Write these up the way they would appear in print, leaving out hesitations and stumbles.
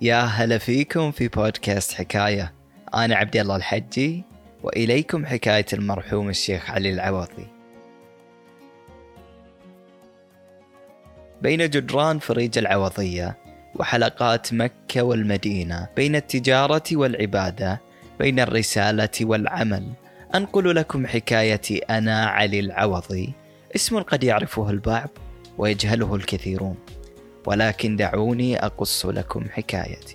يا هلا فيكم في بودكاست حكاية. أنا عبد الله الحجي، وإليكم حكاية المرحوم الشيخ علي العوضي. بين جدران فريج العوضية وحلقات مكة والمدينة، بين التجارة والعبادة، بين الرسالة والعمل، أنقل لكم حكايتي أنا علي العوضي، اسم قد يعرفه البعض ويجهله الكثيرون، ولكن دعوني أقص لكم حكايتي.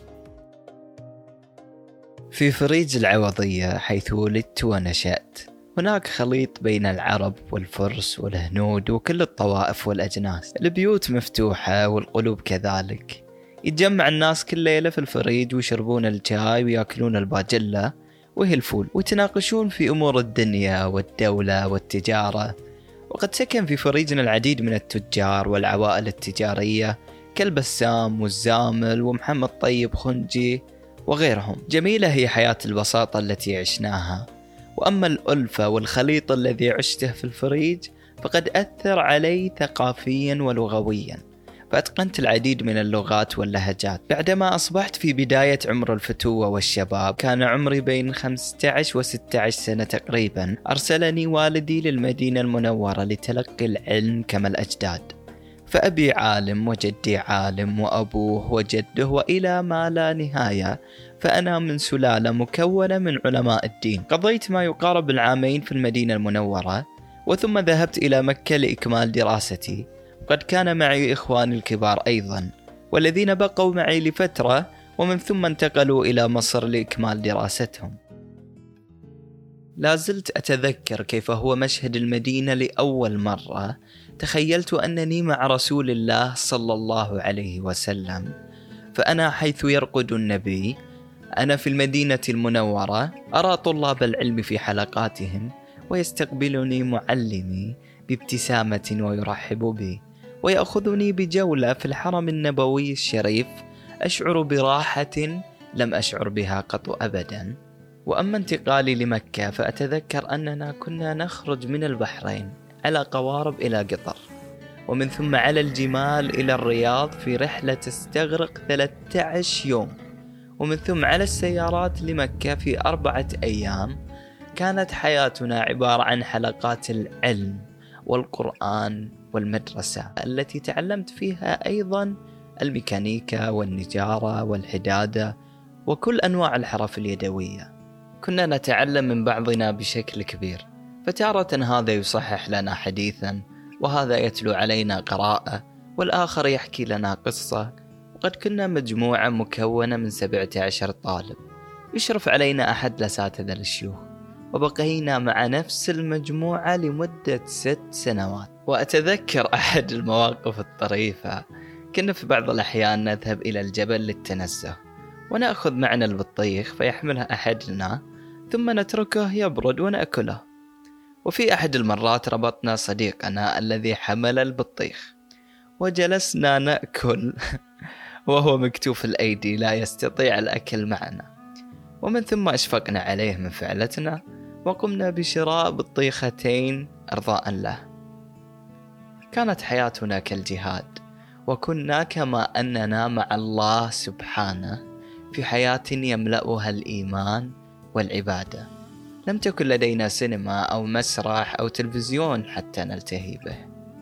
في فريج العوضية حيث ولدت ونشأت، هناك خليط بين العرب والفرس والهنود وكل الطوائف والأجناس. البيوت مفتوحة والقلوب كذلك. يتجمع الناس كل ليلة في الفريج ويشربون الشاي ويأكلون الباجلة وهي الفول، ويتناقشون في أمور الدنيا والدولة والتجارة. وقد سكن في فريجنا العديد من التجار والعوائل التجارية كالبسام والزامل ومحمد طيب خنجي وغيرهم. جميلة هي حياة البساطة التي عشناها. وأما الألفة والخليط الذي عشته في الفريج فقد أثر علي ثقافيا ولغويا، فأتقنت العديد من اللغات واللهجات. بعدما أصبحت في بداية عمر الفتوة والشباب، كان عمري بين 15 و16 سنة تقريبا، أرسلني والدي للمدينة المنورة لتلقي العلم كما الأجداد. فأبي عالم وجدي عالم وأبوه وجده وإلى ما لا نهاية، فأنا من سلالة مكونة من علماء الدين. قضيت ما يقارب العامين في المدينة المنورة، وثم ذهبت إلى مكة لإكمال دراستي. وقد كان معي إخواني الكبار أيضا، والذين بقوا معي لفترة ومن ثم انتقلوا إلى مصر لإكمال دراستهم. لازلت أتذكر كيف هو مشهد المدينة لأول مرة تخيلت أنني مع رسول الله صلى الله عليه وسلم، فأنا حيث يرقد النبي، أنا في المدينة المنورة أرى طلاب العلم في حلقاتهم، ويستقبلني معلمي بابتسامة ويرحب بي، ويأخذني بجولة في الحرم النبوي الشريف، أشعر براحة لم أشعر بها قط أبدا. وأما انتقالي لمكة فأتذكر أننا كنا نخرج من البحرين على قوارب إلى قطر، ومن ثم على الجمال إلى الرياض في رحلة تستغرق 13 يوم، ومن ثم على السيارات لمكة في 4 أيام. كانت حياتنا عبارة عن حلقات العلم والقرآن والمدرسة التي تعلمت فيها أيضا الميكانيكا والنجارة والحدادة وكل أنواع الحرف اليدوية. كنا نتعلم من بعضنا بشكل كبير، فتارة هذا يصحح لنا حديثا، وهذا يتلو علينا قراءة، والآخر يحكي لنا قصة. وقد كنا مجموعة مكونة من 17 طالب، يشرف علينا أحد الأساتذة الشيوخ، وبقينا مع نفس المجموعة لمدة 6 سنوات. وأتذكر أحد المواقف الطريفة، كنا في بعض الأحيان نذهب إلى الجبل للتنزه، ونأخذ معنا البطيخ فيحملها أحدنا، ثم نتركه يبرد ونأكله. وفي أحد المرات ربطنا صديقنا الذي حمل البطيخ، وجلسنا نأكل وهو مكتوف الأيدي لا يستطيع الأكل معنا، ومن ثم أشفقنا عليه من فعلتنا، وقمنا بشراء بطيختين أرضاء له. كانت حياتنا كالجهاد، وكنا كما أننا مع الله سبحانه في حياة يملأها الإيمان والعبادة. لم تكن لدينا سينما أو مسرح أو تلفزيون حتى نلتهي به.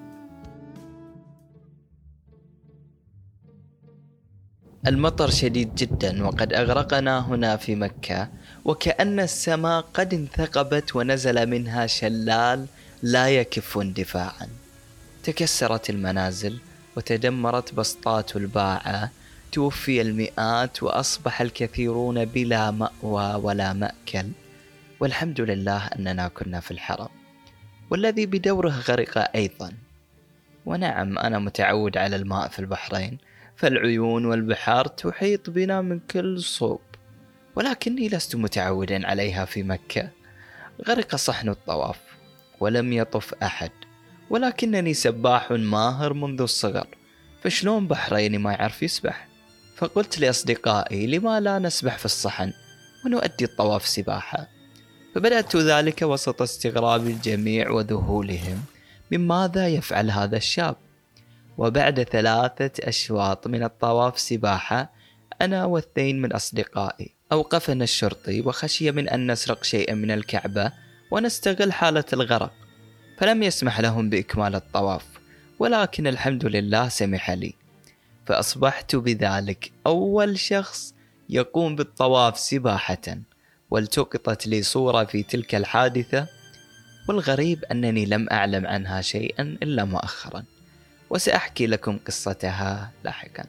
المطر شديد جدا وقد أغرقنا هنا في مكة، وكأن السماء قد انثقبت ونزل منها شلال لا يكف اندفاعا. تكسرت المنازل وتدمرت بسطات الباعة، توفي المئات وأصبح الكثيرون بلا مأوى ولا مأكل. والحمد لله أننا كنا في الحرم، والذي بدوره غرق أيضا. ونعم، أنا متعود على الماء في البحرين، فالعيون والبحار تحيط بنا من كل صوب، ولكني لست متعودا عليها في مكة. غرق صحن الطواف ولم يطف أحد، ولكنني سباح ماهر منذ الصغر، فشلون بحريني ما يعرف يسبح؟ فقلت لأصدقائي لما لا نسبح في الصحن ونؤدي الطواف سباحة. فبدأت ذلك وسط استغراب الجميع وذهولهم من ماذا يفعل هذا الشاب. وبعد 3 أشواط من الطواف سباحة أنا واثنين من أصدقائي. أوقفنا الشرطي وخشي من أن نسرق شيئا من الكعبة ونستغل حالة الغرق، فلم يسمح لهم بإكمال الطواف، ولكن الحمد لله سمح لي، فأصبحت بذلك أول شخص يقوم بالطواف سباحة، والتقطت لي صورة في تلك الحادثة، والغريب أنني لم أعلم عنها شيئا إلا مؤخرا، وسأحكي لكم قصتها لاحقا.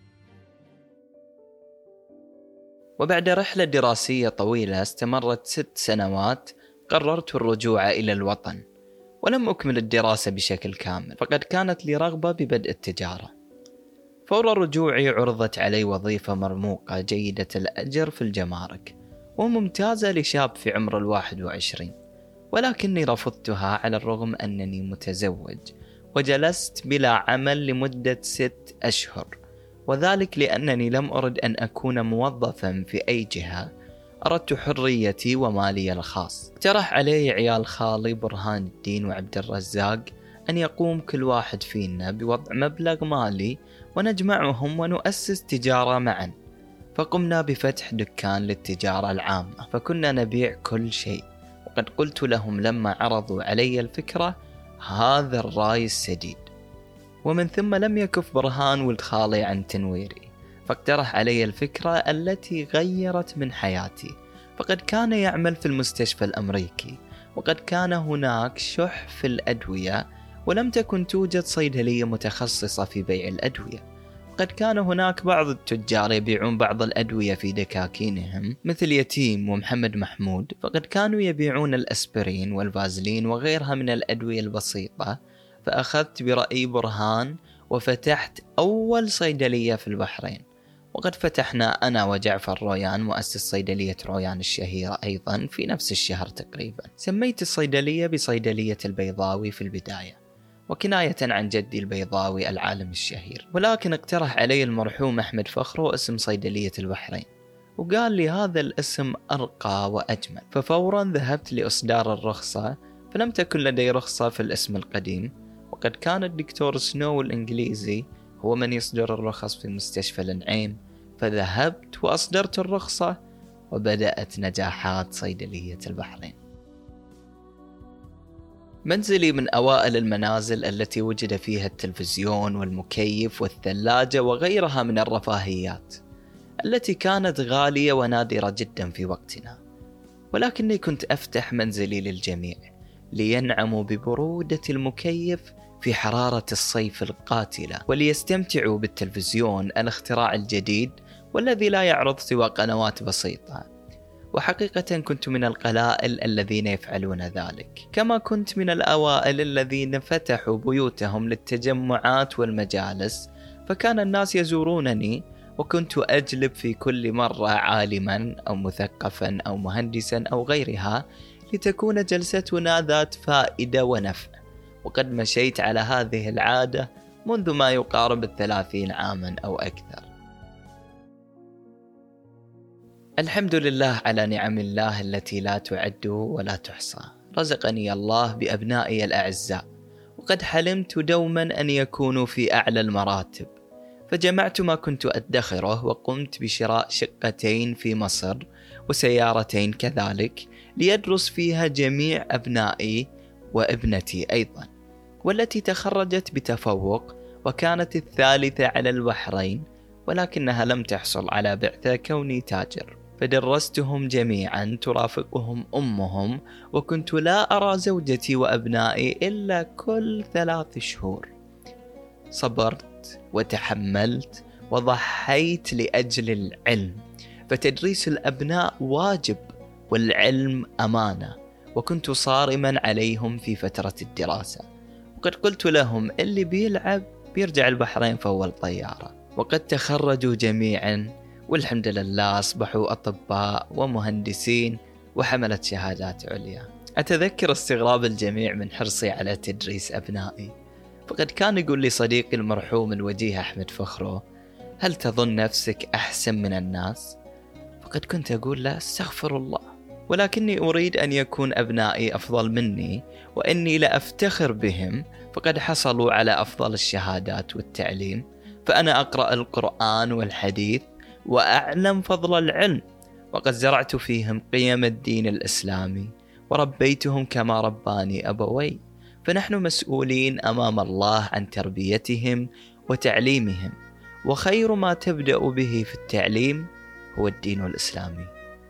وبعد رحلة دراسية طويلة استمرت 6 سنوات قررت الرجوع إلى الوطن، ولم أكمل الدراسة بشكل كامل، فقد كانت لي رغبة ببدء التجارة. فور رجوعي عرضت علي وظيفة مرموقة جيدة الأجر في الجمارك وممتازة لشاب في عمر 21، ولكني رفضتها على الرغم أنني متزوج، وجلست بلا عمل لمدة 6 أشهر، وذلك لأنني لم أرد أن أكون موظفا في أي جهة، أردت حريتي ومالي الخاص. اقترح علي عيال خالي برهان الدين وعبد الرزاق أن يقوم كل واحد فينا بوضع مبلغ مالي ونجمعهم ونؤسس تجارة معا، فقمنا بفتح دكان للتجارة العامة، فكنا نبيع كل شيء. وقد قلت لهم لما عرضوا علي الفكرة: هذا الرأي السديد. ومن ثم لم يكف برهان ولد خالي عن تنويري، فاقترح علي الفكرة التي غيرت من حياتي، فقد كان يعمل في المستشفى الأمريكي، وقد كان هناك شح في الأدوية ولم تكن توجد صيدلية متخصصة في بيع الأدوية. قد كان هناك بعض التجار يبيعون بعض الأدوية في دكاكينهم مثل يتيم ومحمد محمود، فقد كانوا يبيعون الأسبرين والفازلين وغيرها من الأدوية البسيطة. فأخذت برأي برهان وفتحت أول صيدلية في البحرين، وقد فتحنا أنا وجعفر رويان مؤسس صيدلية رويان الشهيرة أيضا في نفس الشهر تقريبا. سميت الصيدلية بصيدلية البيضاوي في البداية، وكناية عن جدي البيضاوي العالم الشهير، ولكن اقترح علي المرحوم أحمد فخرو اسم صيدلية البحرين، وقال لي هذا الاسم أرقى وأجمل. ففورا ذهبت لإصدار الرخصة، فلم تكن لدي رخصة في الاسم القديم، وقد كان الدكتور سنو الإنجليزي هو من يصدر الرخص في مستشفى النعيم، فذهبت وأصدرت الرخصة، وبدأت نجاحات صيدلية البحرين. منزلي من أوائل المنازل التي وجد فيها التلفزيون والمكيف والثلاجة وغيرها من الرفاهيات التي كانت غالية ونادرة جدا في وقتنا، ولكني كنت أفتح منزلي للجميع لينعموا ببرودة المكيف في حرارة الصيف القاتلة، وليستمتعوا بالتلفزيون الاختراع الجديد والذي لا يعرض سوى قنوات بسيطة. وحقيقة كنت من القلائل الذين يفعلون ذلك، كما كنت من الأوائل الذين فتحوا بيوتهم للتجمعات والمجالس، فكان الناس يزورونني، وكنت أجلب في كل مرة عالما أو مثقفا أو مهندسا أو غيرها لتكون جلستنا ذات فائدة ونفع. وقد مشيت على هذه العادة منذ ما يقارب 30 عاما أو أكثر. الحمد لله على نعم الله التي لا تعد ولا تحصى. رزقني الله بأبنائي الأعزاء، وقد حلمت دوما أن يكونوا في أعلى المراتب، فجمعت ما كنت أدخره وقمت بشراء شقتين في مصر وسيارتين كذلك ليدرس فيها جميع أبنائي وابنتي أيضا، والتي تخرجت بتفوق وكانت الثالثة على البحرين، ولكنها لم تحصل على بعثة كوني تاجر. فدرستهم جميعا ترافقهم أمهم، وكنت لا أرى زوجتي وأبنائي إلا كل 3 شهور. صبرت وتحملت وضحيت لأجل العلم، فتدريس الأبناء واجب والعلم أمانة، وكنت صارما عليهم في فترة الدراسة. وقد قلت لهم اللي بيلعب بيرجع البحرين فأول طيارة. وقد تخرجوا جميعا والحمد لله أصبحوا أطباء ومهندسين وحملة شهادات عليا. أتذكر استغراب الجميع من حرصي على تدريس أبنائي، فقد كان يقول لي صديقي المرحوم الوجيه أحمد فخرو: هل تظن نفسك أحسن من الناس؟ فقد كنت أقول له: استغفر الله، ولكني أريد أن يكون أبنائي أفضل مني، وإني لأفتخر بهم، فقد حصلوا على أفضل الشهادات والتعليم، فأنا أقرأ القرآن والحديث، وأعلم فضل العلم، وقد زرعت فيهم قيم الدين الإسلامي وربيتهم كما رباني أبوي، فنحن مسؤولين أمام الله عن تربيتهم وتعليمهم، وخير ما تبدأ به في التعليم هو الدين الإسلامي.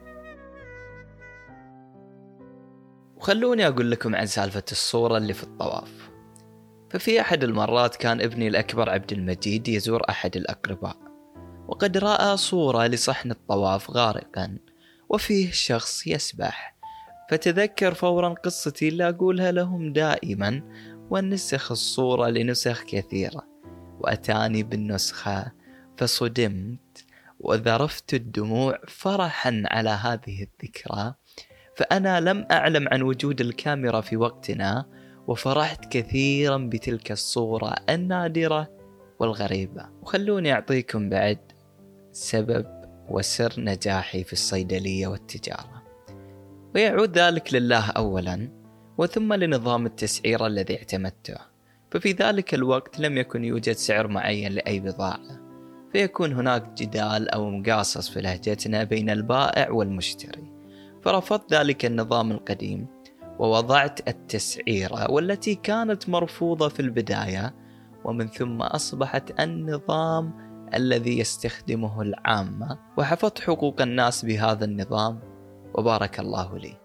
وخلوني أقول لكم عن سالفة الصورة اللي في الطواف. ففي أحد المرات كان ابني الأكبر عبد المجيد يزور أحد الأقرباء، وقد رأى صورة لصحن الطواف غارقا وفيه شخص يسبح، فتذكر فورا قصتي اللي أقولها لهم دائما، ونسخ الصورة لنسخ كثيرة، وأتاني بالنسخة فصدمت وذرفت الدموع فرحا على هذه الذكرى، فأنا لم أعلم عن وجود الكاميرا في وقتنا، وفرحت كثيرا بتلك الصورة النادرة والغريبة. وخلوني أعطيكم بعد سبب وسر نجاحي في الصيدلية والتجارة، ويعود ذلك لله أولا، وثم لنظام التسعير الذي اعتمدته. ففي ذلك الوقت لم يكن يوجد سعر معين لأي بضاعة، فيكون هناك جدال أو مقاصص في لهجتنا بين البائع والمشتري، فرفضت ذلك النظام القديم ووضعت التسعيرة والتي كانت مرفوضة في البداية، ومن ثم أصبحت النظام الذي يستخدمه العامة، وحفظت حقوق الناس بهذا النظام وبارك الله لي.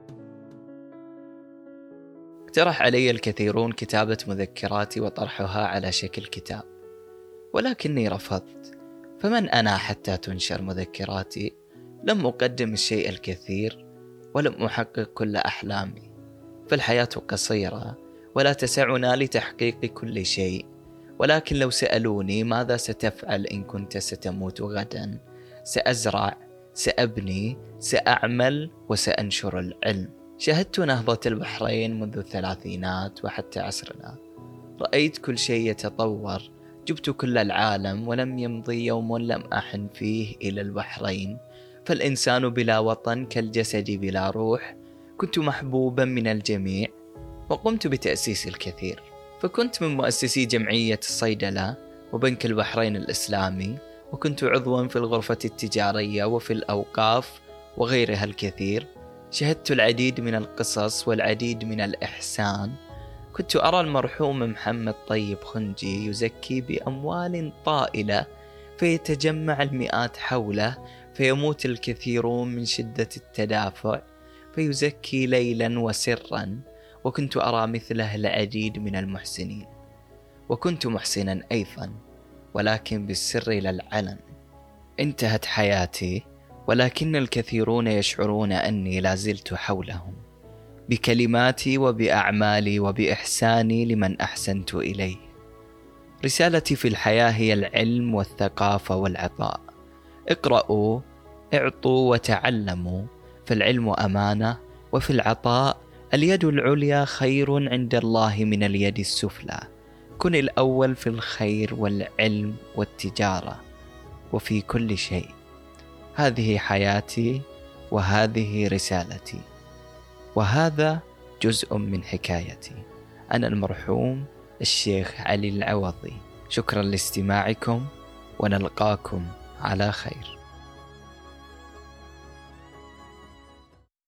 اقترح علي الكثيرون كتابة مذكراتي وطرحها على شكل كتاب، ولكني رفضت، فمن أنا حتى تنشر مذكراتي؟ لم أقدم الشيء الكثير ولم أحقق كل أحلامي، فالحياة قصيرة ولا تسعنا لتحقيق كل شيء، ولكن لو سألوني ماذا ستفعل إن كنت ستموت غدا؟ سأزرع، سأبني، سأعمل، وسأنشر العلم. شهدت نهضة البحرين منذ الثلاثينات وحتى عصرنا، رأيت كل شيء يتطور، جبت كل العالم، ولم يمضي يوم لم أحن فيه إلى البحرين، فالإنسان بلا وطن كالجسد بلا روح. كنت محبوبا من الجميع، وقمت بتأسيس الكثير، فكنت من مؤسسي جمعية الصيدلة وبنك البحرين الإسلامي، وكنت عضوا في الغرفة التجارية وفي الأوقاف وغيرها الكثير. شهدت العديد من القصص والعديد من الإحسان. كنت أرى المرحوم محمد طيب خنجي يزكي بأموال طائلة، فيتجمع المئات حوله، فيموت الكثيرون من شدة التدافع، فيزكي ليلا وسرا. وكنت أرى مثله العديد من المحسنين، وكنت محسنا أيضا، ولكن بالسر إلى العلن. انتهت حياتي، ولكن الكثيرون يشعرون أني لازلت حولهم، بكلماتي وبأعمالي وبإحساني لمن أحسنت إليه. رسالتي في الحياة هي العلم والثقافة والعطاء. اقرأوا، اعطوا وتعلموا، فالعلم أمانة، وفي العطاء اليد العليا خير عند الله من اليد السفلى. كن الأول في الخير والعلم والتجارة وفي كل شيء. هذه حياتي وهذه رسالتي، وهذا جزء من حكايتي. أنا المرحوم الشيخ علي العوضي. شكرا لاستماعكم، ونلقاكم على خير.